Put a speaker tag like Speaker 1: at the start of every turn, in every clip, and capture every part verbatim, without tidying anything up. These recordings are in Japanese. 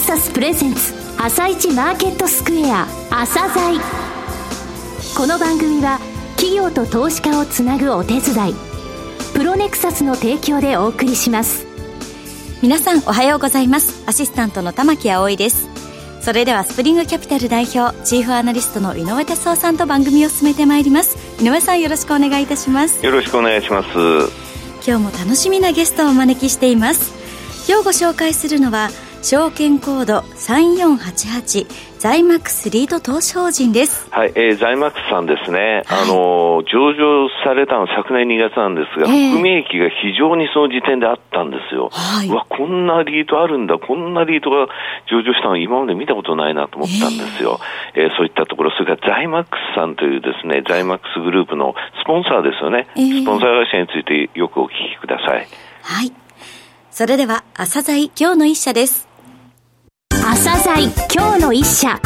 Speaker 1: サスプレゼンツ朝一マーケットスクエア朝鮮。この番組は企業と投資家をつなぐお手伝いプロネクサスの提供でお送りします。
Speaker 2: 皆さんおはようございます。アシスタントの玉木葵です。それではスプリングキャピタル代表チーフアナリストの井上哲夫さんと番組を進めてまいります。井上さん、よろしくお願いいたします。
Speaker 3: よろしくお願いします。
Speaker 2: 今日も楽しみなゲストをお招きしています。今日ご紹介するのは証券コードさんよんはちはちザイマックスリート投資法人です。
Speaker 3: はい、えー、ザイマックスさんですね、はい、あの上場されたのは昨年にがつなんですが、えー、含み益が非常にその時点であったんですよ、はい、うわこんなリートあるんだ、こんなリートが上場したの今まで見たことないなと思ったんですよ、えーえー、そういったところ、それからザイマックスさんというですね、ザイマックスグループのスポンサーですよね、えー、スポンサー会社についてよくお聞きください。
Speaker 2: はい、それでは朝鮮今日の一社です。
Speaker 1: 朝鮮今日の一社。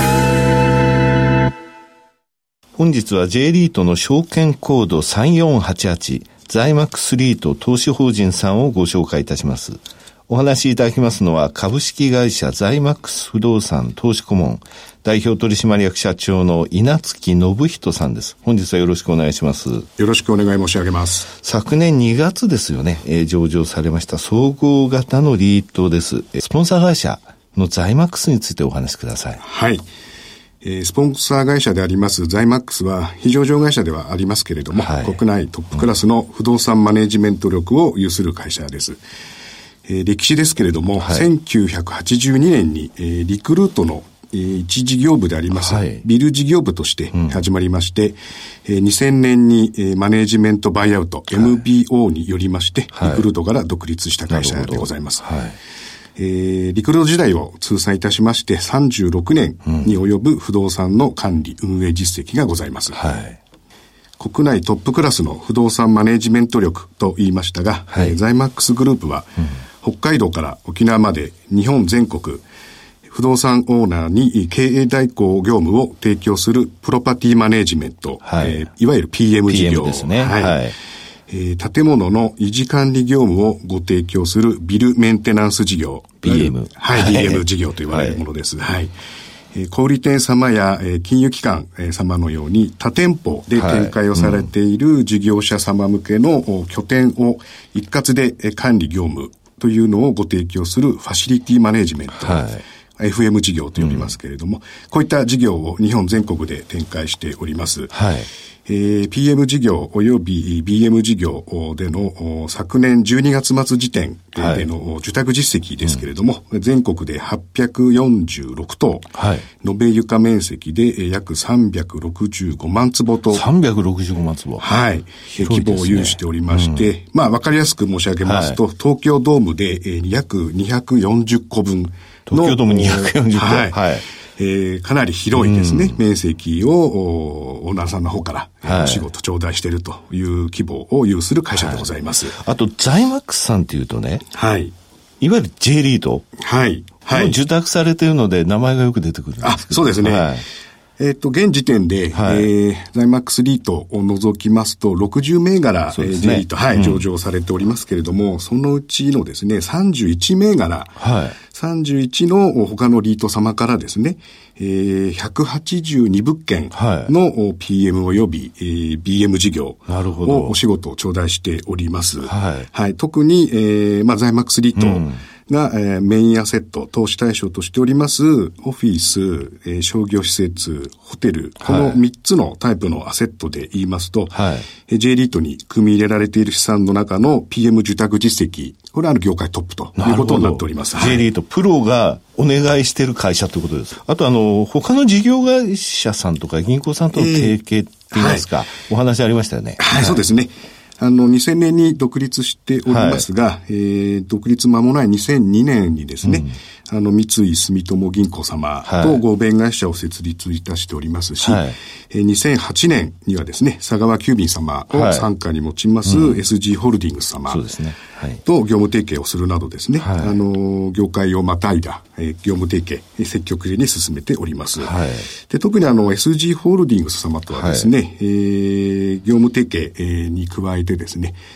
Speaker 4: 本日は J リートの証券コードさんよんはちはちザイマックスリート投資法人さんをご紹介いたします。お話しいただきますのは株式会社ザイマックス不動産投資顧問代表取締役社長の稲月信人さんです。本日はよろしくお願いします。
Speaker 5: よろしくお願い申し上げます。
Speaker 4: 昨年にがつですよね、えー、上場されました総合型のリートです。スポンサー会社のザイマックスについてお話しください。
Speaker 5: はい、えー、スポンサー会社でありますザイマックスは非上場会社ではありますけれども、はい、国内トップクラスの不動産マネジメント力を有する会社です。えー、歴史ですけれども、はい、せんきゅうひゃくはちじゅうにねんに、えー、リクルートのえー、一事業部であります、はい、ビル事業部として始まりまして、うんえー、にせんねんに、えー、マネージメントバイアウト、はい、エムビーオー によりまして、はい、リクルートから独立した会社でございます。はいえー、リクルート時代を通算いたしましてさんじゅうろくねんに及ぶ不動産の管理運営実績がございます。はい、国内トップクラスの不動産マネージメント力と言いましたが、はいえー、ザイマックスグループは、うん、北海道から沖縄まで日本全国不動産オーナーに経営代行業務を提供するプロパティマネージメント、はいえー、いわゆる ピーエム 事業
Speaker 4: ピーエム ですね。はいはい
Speaker 5: えー、建物の維持管理業務をご提供するビルメンテナンス事業
Speaker 4: ビーエム
Speaker 5: はい、はい、ビーエム 事業と言われるものです。はい、はいえー、小売店様や、えー、金融機関、えー、様のように他店舗で展開をされている事業者様向けの、はいうん、拠点を一括で、えー、管理業務というのをご提供するファシリティマネジメント、はいエフエム 事業と呼びますけれども、うん、こういった事業を日本全国で展開しております。はいえー、ピーエム 事業及び ビーエム 事業での昨年じゅうにがつ末時点での受託実績ですけれども、はい、全国ではっぴゃくよんじゅうろくとう、はい、延べ床面積で約さんびゃくろくじゅうごまんつぼと
Speaker 4: さんびゃくろくじゅうごまんつぼ
Speaker 5: はい、ね、規模を有しておりまして、うん、まあわかりやすく申し上げますと、はい、東京ドームで約にひゃくよんじゅっこぶん
Speaker 4: 東京ドームにひゃくよんじゅっこ、
Speaker 5: はいはいえー、かなり広いですね、うん、面積をオーナーさんの方から、はい、仕事頂戴しているという規模を有する会社でございます。はい、
Speaker 4: あとザイマックスさんっていうとね、はい、いわゆる J リート、
Speaker 5: はいはい、
Speaker 4: 受託されているので名前がよく出てくるんですけど、
Speaker 5: あそうですね、はいえっと、現時点で、はいえー、ザイマックスリートを除きますと、ろくじゅうめいがら、ねえー、J リート、はい、うん、上場されておりますけれども、そのうちのですね、さんじゅういちめいがら、はい、さんじゅういちの他のリート様からですね、えー、ひゃくはちじゅうにぶっけんの ピーエム 及び、えー、ビーエム 事業をお仕事を頂戴しております。はい。はい、特に、えー、まあ、ザイマックスリート、うんが、えー、メインアセット、投資対象としております、オフィス、えー、商業施設、ホテル、このみっつのタイプのアセットで言いますと、はい、J リートに組み入れられている資産の中の ピーエム 受託実績、これは業界トップということになっております。
Speaker 4: J リート、プロがお願いしている会社ということです。あと、あの、他の事業会社さんとか銀行さんとの提携って言いますか、えーはい、お話ありましたよね。
Speaker 5: はい、はい、そうですね。あの、にせんねんに独立しておりますが、はい、えー、独立間もないにせんにねんにですね、うん、あの、三井住友銀行様と合弁会社を設立いたしておりますし、はい、えー、にせんはちねんにはですね、佐川急便様を傘下に持ちます、はい、エスジー ホールディングス様と業務提携をするなどですね、はい、あの、業界をまたいだ、えー、業務提携、積極的に進めております。はい、で、特にあの、エスジー ホールディングス様とはですね、はい、えー、業務提携、えー、に加えてですね、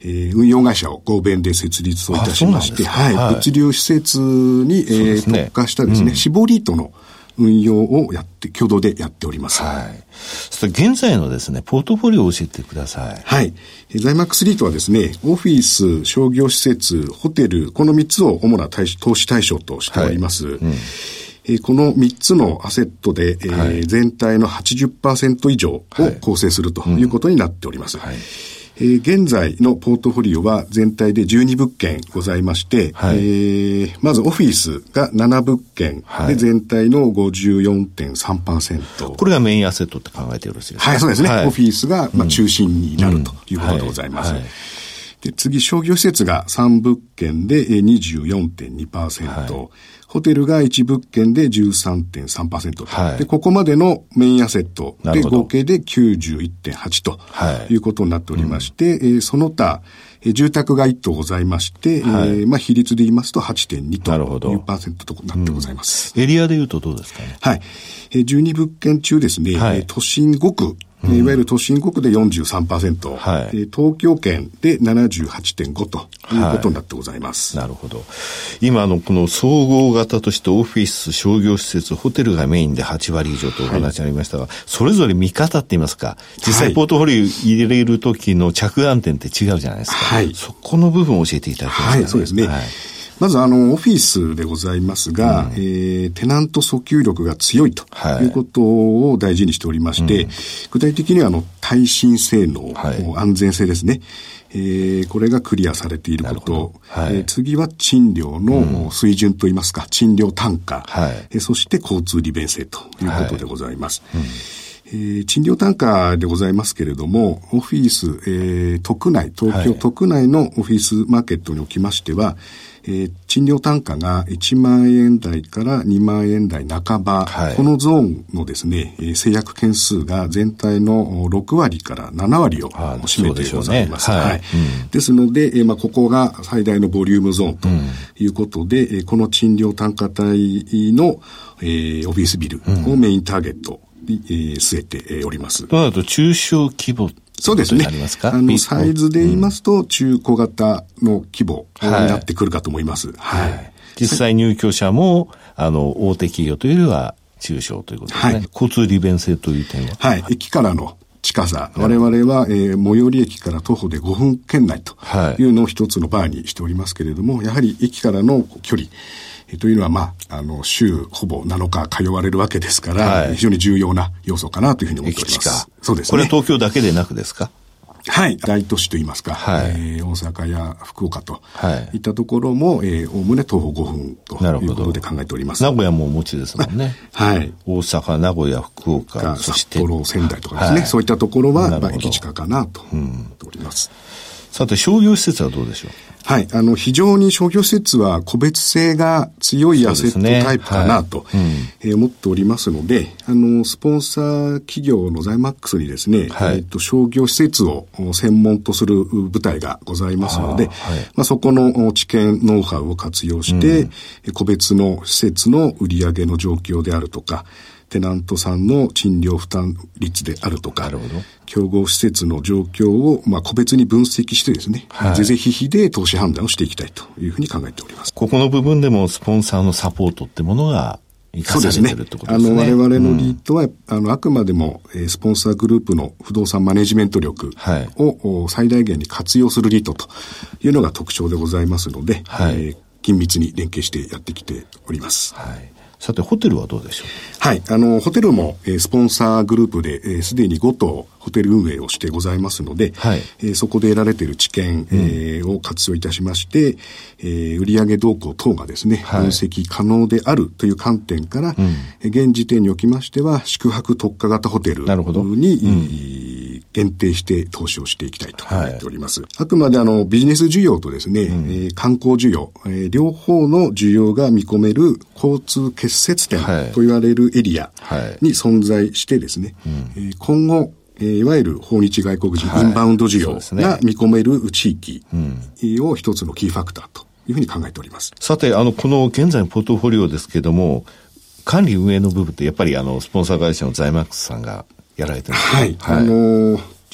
Speaker 5: えー、運用会社を合弁で設立をいたしまして、はい、はい、物流施設に、えーね、特化したですね、うん、絞り糸の運用をやって、共同でやっております。
Speaker 4: はい。そして現在のですね、ポートフォリオを教えてください。
Speaker 5: はい。ザイマックスリートはですね、オフィス、商業施設、ホテル、このみっつを主な投資対象としております。はい、うん、えー、このみっつのアセットで、えーはい、全体の はちじゅっパーセント 以上を構成するということになっております。はい、うん、はい、えー、現在のポートフォリオは全体でじゅうにぶっけんございまして、はい、えー、まずオフィスがななぶっけんで全体の ごじゅうよんてんさんパーセント、はい、
Speaker 4: これがメインアセットって考えてよろしいですか？
Speaker 5: はい、そうですね。はい、オフィスが、まあ、中心になる、うん、ということでございます。うん、はいはい、で次、商業施設がさんぶっけんで にじゅうよんてんにパーセント、はい、ホテルがいちぶっけんで じゅうさんてんさんパーセント、はい、でここまでのメインアセットで合計で きゅうじゅういってんはち ということになっておりまして、はい、うん、えー、その他、えー、住宅がいっ棟ございまして、はい、えー、まあ、比率で言いますと はちてんに というパーセントとなってございます。
Speaker 4: うん、エリアで言うとどうですかね？
Speaker 5: はい、えー、じゅうにぶっけん中ですね、はい、都心ごく、うん、いわゆる都心ごくで よんじゅうさんパーセント、はい、東京圏で ななじゅうはちてんご ということになってございます。
Speaker 4: はい、なるほど。今のこの総合型としてオフィス、商業施設、ホテルがメインではちわり以上とお話ありましたが、はい、それぞれ見方って言いますか、実際ポートフォリオ入れるときの着眼点って違うじゃないですか。はい、そこの部分を教えていただけますかね？
Speaker 5: はい、そうですね。はい、まずあのオフィスでございますが、うん、えー、テナント訴求力が強いということを大事にしておりまして、はい、うん、具体的にはあの耐震性能、はい、安全性ですね、えー、これがクリアされていること、はい、えー、次は賃料の水準といいますか、うん、賃料単価、はい、えー、そして交通利便性ということでございます。はい、うん、えー、賃料単価でございますけれども、オフィス、えー、特内、東京都内のオフィスマーケットにおきましては、えー、賃料単価がいちまんえん台からにまんえん台半ば、はい、このゾーンのですね、えー、制約件数が全体のろくわりからななわりを占めてございます。はい、はい、うん、ですので、えーまあ、ここが最大のボリュームゾーンということで、うん、えー、この賃料単価帯の、えー、オフィスビルをメインターゲットに、えー、据えております。
Speaker 4: となると中小規模、
Speaker 5: そうですね。あの、サイズで言いますと、中小型の規模になってくるかと思います。はい。はい、
Speaker 4: 実際入居者も、あの、大手企業というよりは中小ということですね。はい、交通利便性という点は。
Speaker 5: はい。駅からの近さ。我々は、えー、最寄り駅から徒歩でごふん圏内というのを一つのバーにしておりますけれども、やはり駅からの距離、というのは、まあ、あの、週ほぼなのか通われるわけですから、はい、非常に重要な要素かなというふうに思っております。そうですね。
Speaker 4: これは東京だけでなくですか？
Speaker 5: はい。大都市といいますか、はい、えー、大阪や福岡といったところも、えー、おおむね徒歩ごふんということで考えております。
Speaker 4: 名古屋もお持ちですもんね。
Speaker 5: はい。
Speaker 4: 大阪、名古屋、福岡、
Speaker 5: そして札幌、仙台とかですね。はい、そういったところは、まあ、駅近かなと思っております。
Speaker 4: うん、さて、商業施設はどうでしょう？
Speaker 5: はい。あの、非常に商業施設は個別性が強いアセットタイプかなと、ね、はい、えー、思っておりますので、あの、スポンサー企業のザイマックスにですね、はい、えっと、商業施設を専門とする部隊がございますので、はい、まあ、そこの知見、ノウハウを活用して、うん、個別の施設の売上の状況であるとか、テナントさんの賃料負担率であるとか、競合施設の状況を、まあ、個別に分析してですね、はい、是々非々で投資判断をしていきたいというふうに考えております。
Speaker 4: ここの部分でもスポンサーのサポートってものが生かされてるってことですね。
Speaker 5: そうですね。あの、我々のリートは、うん、あの、あくまでも、えー、スポンサーグループの不動産マネジメント力を、はい、最大限に活用するリートというのが特徴でございますので、はい、えー、緊密に連携してやってきております。
Speaker 4: はい。さて、ホテルはどうでしょう？
Speaker 5: はい。あの、ホテルも、えー、スポンサーグループで、えー、すでにご棟ホテル運営をしてございますので、はい、えー、そこで得られている知見、えーうん、を活用いたしまして、えー、売上動向等がですね、はい、分析可能であるという観点から、うん、現時点におきましては、宿泊特化型ホテルに、なるほど、うん、限定して投資をしていきたいと思っております。はい、あくまであの、ビジネス需要とですね、うん、えー、観光需要、えー、両方の需要が見込める交通結節点と言われるエリアに存在してですね、はいはい、えー、今後、えー、いわゆる訪日外国人、はい、インバウンド需要が見込める地域を一つのキーファクターというふうに考えております。
Speaker 4: さて、あの、この現在のポートフォリオですけども、管理運営の部分ってやっぱりあの、スポンサー会社のザイマックスさんがやられてるんですか？
Speaker 5: はい。はい、あのー、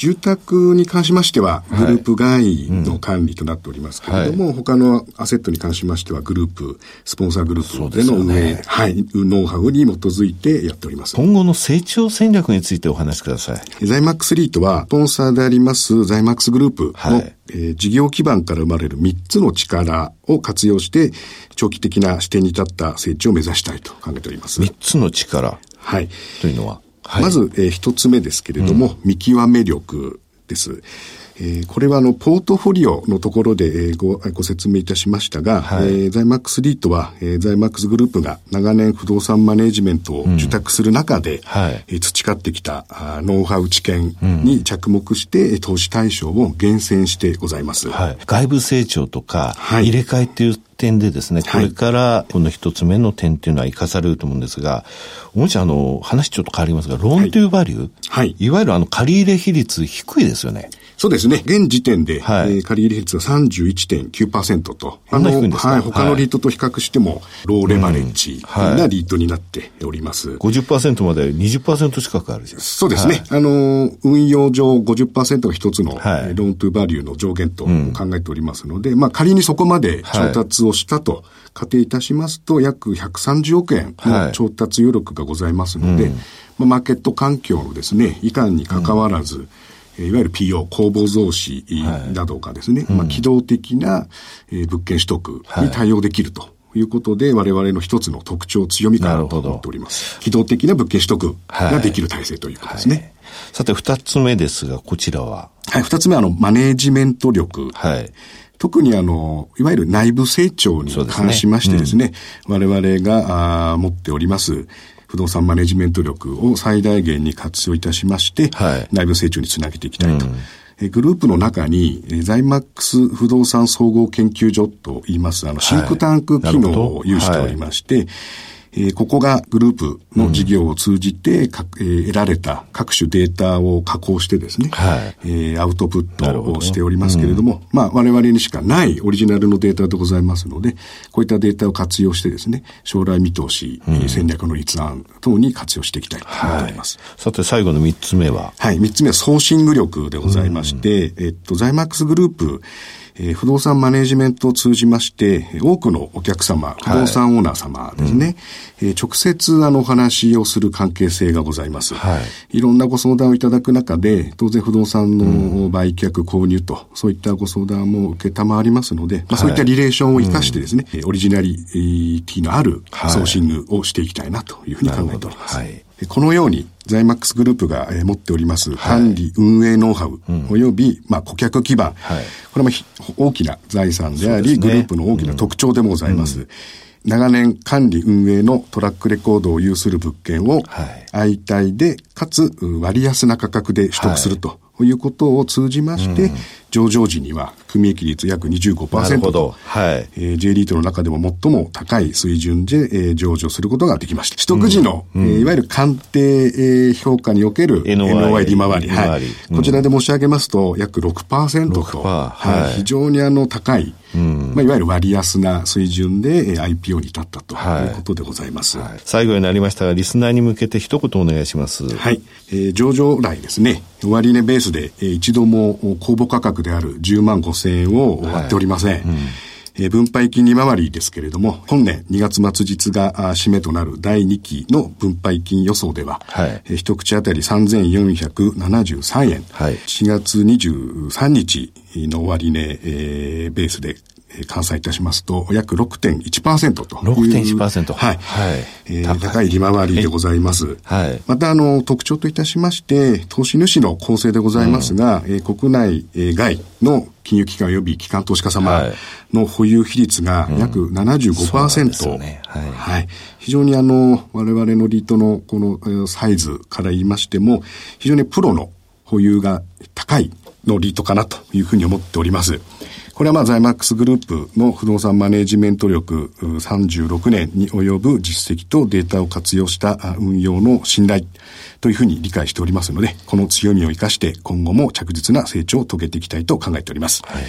Speaker 5: 住宅に関しましてはグループ外の管理となっておりますけれども、はいうん、他のアセットに関しましてはグループ、スポンサーグループでの運営、ねはい、ノウハウに基づいてやっております。
Speaker 4: 今後の成長戦略についてお話しください。
Speaker 5: ザイマックスリートはスポンサーでありますザイマックスグループの、はいえー、事業基盤から生まれるみっつの力を活用して長期的な視点に立った成長を目指したいと考えております。
Speaker 4: みっつの力、はい、というのははい、
Speaker 5: まず、えー、一つ目ですけれども、うん、見極め力です。えー、これはあのポートフォリオのところで、えー、ご, ご説明いたしましたが、はいえー、ザイマックスリートは、えー、ザイマックスグループが長年不動産マネジメントを受託する中で、うんはいえー、培ってきたあノウハウ知見に着目して、うん、投資対象を厳選してございます。
Speaker 4: はい、外部成長とか、はい、入れ替えっていう点でですね、これからこの一つ目の点っていうのは生かされると思うんですが、もしあの話ちょっと変わりますが、ローントゥーバリュー、はい、いわゆるあの借り入れ比率低いですよね。
Speaker 5: そうですね。現時点で、はいえー、借り入れ率は さんじゅういってんきゅうパーセント と、
Speaker 4: あの、はい、
Speaker 5: 他のリートと比較しても、ローレバレッジなリートになっております。うんはい、
Speaker 4: ごじゅっパーセント まで にじゅっパーセント 近くあるじゃん。
Speaker 5: そうですね。はい、あの、運用上 ごじゅっパーセント が一つの、はい、ローントゥーバリューの上限と考えておりますので、うん、まあ仮にそこまで調達をしたと仮定いたしますと、約ひゃくさんじゅうおくえんの調達余力がございますので、はいうんまあ、マーケット環境のですね、いかんに関わらず、うんいわゆる ピーオー、公募増資などがですね、はいまあ、機動的な物件取得に対応できるということで、はい、我々の一つの特徴、強みかなと思っております。機動的な物件取得ができる体制ということですね。はいはい、
Speaker 4: さて、二つ目ですが、こちらは
Speaker 5: はい、二つ目は、あの、マネージメント力。はい。特にあの、いわゆる内部成長に関しましてですね、すねうん、我々が持っております、不動産マネジメント力を最大限に活用いたしまして、はい、内部成長につなげていきたいと。うん、グループの中に、ザイマックス不動産総合研究所といいます、あの、シンクタンク機能を有しておりまして、はいえー、ここがグループの事業を通じて、うんえー、得られた各種データを加工してですね、はいえー、アウトプットをしておりますけれども、どうん、まあ我々にしかないオリジナルのデータでございますので、こういったデータを活用してですね、将来見通し、うん、戦略の立案等に活用していきたいと思っております。
Speaker 4: はい、さて最後の三つ目は
Speaker 5: はい、三つ目はソーシング力でございまして、うん、えっと、ザイマックスグループえー、不動産マネジメントを通じまして、多くのお客様、不動産オーナー様ですね、はいうんえー、直接あのお話をする関係性がございます。はい、いろんなご相談をいただく中で、当然不動産の売却、購入と、そういったご相談も受けたまわりますので、まあ、そういったリレーションを生かしてですね、はいうん、オリジナリティのあるソーシングをしていきたいなというふうに考えております。はいこのように、ザイマックスグループが持っております管理、運営ノウハウ、および、まあ、顧客基盤、はい、これも大きな財産であり、ね、グループの大きな特徴でもございます。うん、長年管理運営のトラックレコードを有する物件を、相対で、かつ割安な価格で取得すると。はいということを通じまして、うん、上場時には組益率約 にじゅうごパーセント と、はいえー、J リートの中でも最も高い水準で、えー、上場することができました。取得時の、うんえー、いわゆる鑑定、えー、評価における エヌオーアイ 利回り、はい、うん、こちらで申し上げますと約 ろくパーセント と、はいはい、非常にあの高い、うんまあ、いわゆる割安な水準で アイピーオー に至ったということでございます。はいはい、
Speaker 4: 最後になりましたが、リスナーに向けて一言お願いします。
Speaker 5: はい、えー、上場来ですね、終値ベースで、えー、一度も公募価格であるじゅうまんごせんえんを割っておりません。はいうんえー、分配金利回りですけれども、本年にがつ末日が締めとなるだいにきの分配金予想では、はいえー、一口当たりさんぜんよんひゃくななじゅうさんえん、はい、しがつにじゅうさんにちの終値、えー、ベースで換算いたしますと約 ろくてんいちパーセント という
Speaker 4: ろくてんいちパーセント
Speaker 5: はい、はいえー、高い高い利回りでございます、はい、またあの特徴といたしまして投資主の構成でございますが、うんえー、国内、えー、外の金融機関及び機関投資家様の保有比率が約 ななじゅうごパーセント、うんねはいはい、非常にあの我々のリートのこのサイズから言いましても非常にプロの保有が高いのリートかなというふうに思っております。これはまあザイマックスグループの不動産マネジメント力さんじゅうろくねんに及ぶ実績とデータを活用した運用の信頼というふうに理解しておりますので、この強みを生かして今後も着実な成長を遂げていきたいと考えております。はい、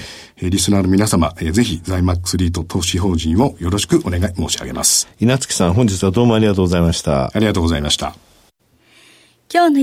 Speaker 5: リスナーの皆様、ぜひザイマックスリート投資法人をよろしくお願い申し上げます。
Speaker 4: 稲月さん、本日はどうもありがとうございました。
Speaker 5: ありがとうございました。
Speaker 2: 今日の一社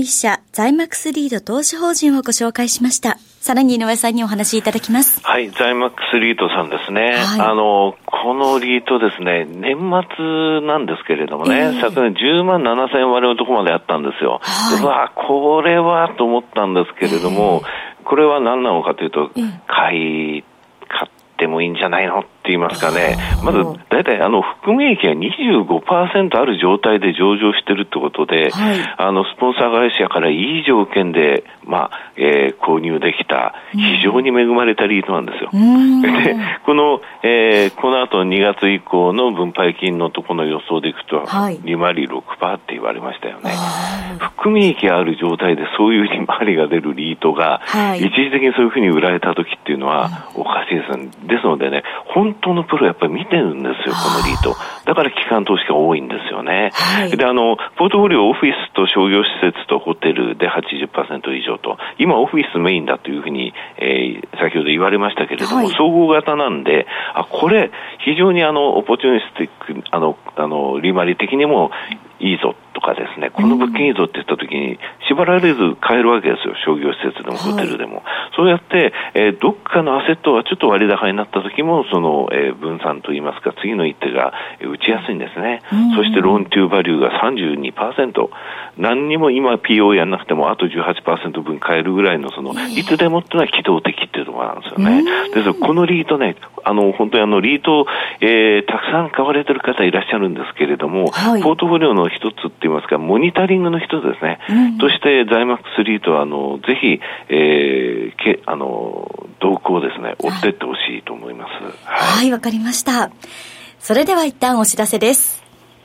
Speaker 2: ザイマックスリート投資法人をご紹介しました。さらに井上さんにお話しいただきます。
Speaker 3: はい、ザイマックスリートさんですね。はい、あの、このリートですね、年末なんですけれどもね、えー、昨年じゅうまんななせん割のところまであったんですよ。はい、うわ、これはと思ったんですけれども、えー、これは何なのかというと、えー、買い、買ってもいいんじゃないのって言いますかね。まず、だいたいあの、含み益が にじゅうごパーセント ある状態で上場してるってことで、はい、あの、スポンサー会社からいい条件で、まあ、えー、購入できた、非常に恵まれたリートなんですよ。うん、で、この、えー、この後にがつ以降の分配金のところの予想でいくと、はい、利回り ろくパーセント って言われましたよね。含み益がある状態でそういう利回りが出るリートが、はい、一時的にそういうふうに売られた時っていうのはおかしいです。ですのでね、本当のプロやっぱり見てるんですよ、このリート。だから機関投資が多いんですよね。はい、で、あの、ポートフォリオオフィスと商業施設とホテルで はちじゅっパーセント 以上と、今オフィスメインだというふうに、えー、先ほど言われましたけれども、はい、総合型なんで、あ、これ、非常にあの、オポチュニスティック、あの、あの、利回り的にもいいぞとかですね、この物件いいぞって言ったときに、縛られず買えるわけですよ、商業施設でもホテルでも。はい、そうやって、えー、どっかのアセットがちょっと割高になったときも、その、えー、分散といいますか、次の一手が打ちやすいんですね。そして、ローントゥーバリューが さんじゅうにパーセント。何にも今 ピーオー やんなくても、あと じゅうはちパーセント 分買えるぐらいの、その、いつでもってのは機動的っていうところなんですよね。ですから、このリートね、あの、本当にあの、リート、えー、たくさん買われてる方いらっしゃるんですけれども、はい、ポートフォリオの一つって言いますか、モニタリングの一つですね。うん、として、ザイマックスリートは、あの、ぜひ、えー、け、あの、動向をですね、追っていってほしいと思います。
Speaker 2: はい、わ、はい、かりました。それでは一旦お知らせです。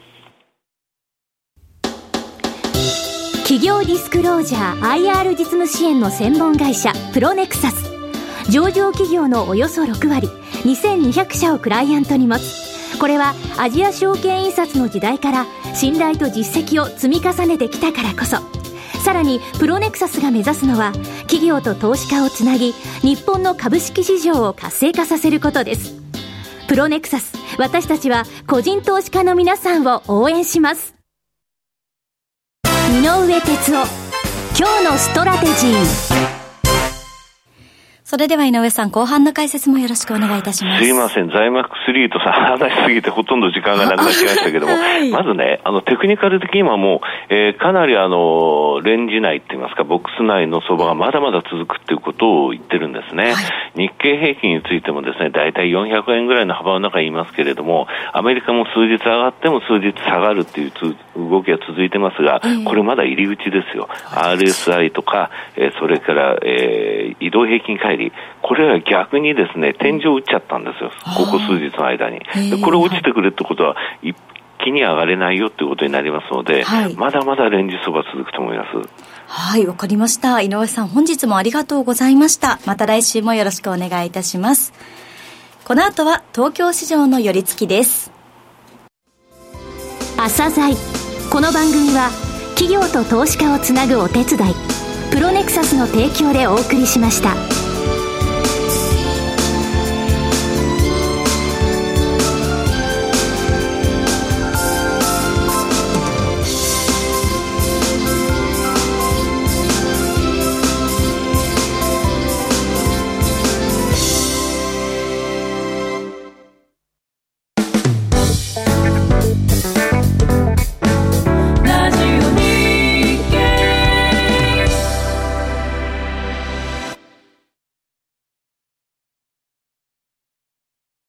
Speaker 1: 企業ディスクロージャー アイアール 実務支援の専門会社プロネクサス。上場企業のおよそろく割、にせんにひゃくしゃをクライアントに持つ。これはアジア証券印刷の時代から信頼と実績を積み重ねてきたからこそ。さらにプロネクサスが目指すのは企業と投資家をつなぎ、日本の株式市場を活性化させることです。プロネクサス、私たちは個人投資家の皆さんを応援します。井上哲夫、今日のストラテジー。
Speaker 2: それでは井上さん、後半の解説もよろしくお願いいたします。
Speaker 3: すいません、ザイマックスリートさん話しすぎてほとんど時間がなくなっちゃいましたけども、はい、まずね、あのテクニカル的にはもう、えー、かなりあのレンジ内って言いますか、ボックス内の相場がまだまだ続くっていうことを言ってるんですね。はい、日経平均についてもですね、だいたいよんひゃくえんぐらいの幅の中にいますけれども、アメリカも数日上がっても数日下がるっていう動きが続いてますが、これまだ入り口ですよ。はい、アールエスアイ とか、えー、それから、えー、移動平均乖離、これは逆にですね、天井打っちゃったんですよ、ここ数日の間に。でこれ落ちてくるってことは一気に上がれないよってことになりますので、はい、まだまだレンジ相場続くと思います。
Speaker 2: はい、わかりました。井上さん、本日もありがとうございました。また来週もよろしくお願いいたします。この後は東京市場の寄り付きです。
Speaker 1: 朝鮮。この番組は企業と投資家をつなぐお手伝い、プロネクサスの提供でお送りしました。